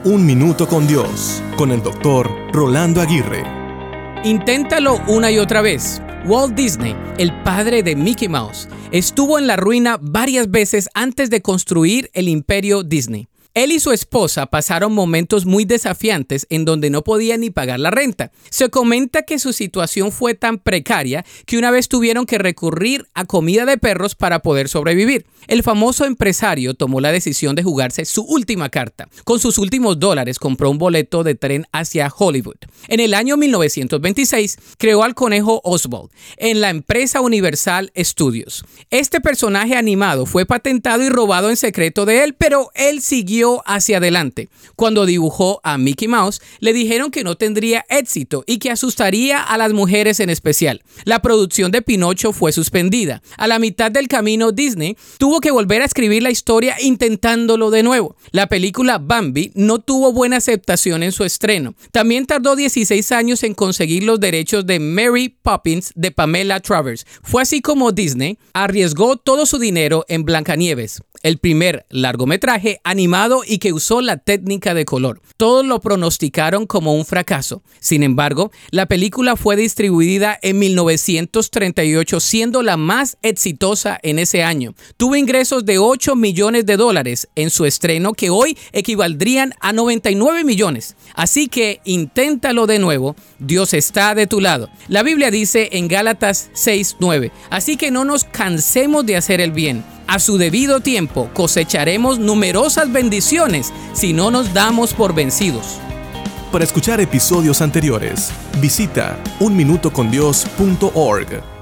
Un Minuto con Dios, con el Dr. Rolando Aguirre. Inténtalo una y otra vez. Walt Disney, el padre de Mickey Mouse, estuvo en la ruina varias veces antes de construir el imperio Disney. Él y su esposa pasaron momentos muy desafiantes en donde no podían ni pagar la renta. Se comenta que su situación fue tan precaria que una vez tuvieron que recurrir a comida de perros para poder sobrevivir. El famoso empresario tomó la decisión de jugarse su última carta. Con sus últimos dólares compró un boleto de tren hacia Hollywood. En el año 1926 creó al conejo Oswald en la empresa Universal Studios. Este personaje animado fue patentado y robado en secreto de él, pero él siguió hacia adelante. Cuando dibujó a Mickey Mouse, le dijeron que no tendría éxito y que asustaría a las mujeres en especial. La producción de Pinocho fue suspendida. A la mitad del camino, Disney tuvo que volver a escribir la historia intentándolo de nuevo. La película Bambi no tuvo buena aceptación en su estreno. También tardó 16 años en conseguir los derechos de Mary Poppins de Pamela Travers. Fue así como Disney arriesgó todo su dinero en Blancanieves, el primer largometraje animado y que usó la técnica de color. Todos lo pronosticaron como un fracaso. Sin embargo, la película fue distribuida en 1938, siendo la más exitosa en ese año. Tuvo ingresos de $8 millones en su estreno, que hoy equivaldrían a 99 millones. Así que inténtalo de nuevo. Dios está de tu lado. La Biblia dice en Gálatas 6:9. Así que no nos cansemos de hacer el bien. A su debido tiempo cosecharemos numerosas bendiciones si no nos damos por vencidos. Para escuchar episodios anteriores, visita unminutocondios.org.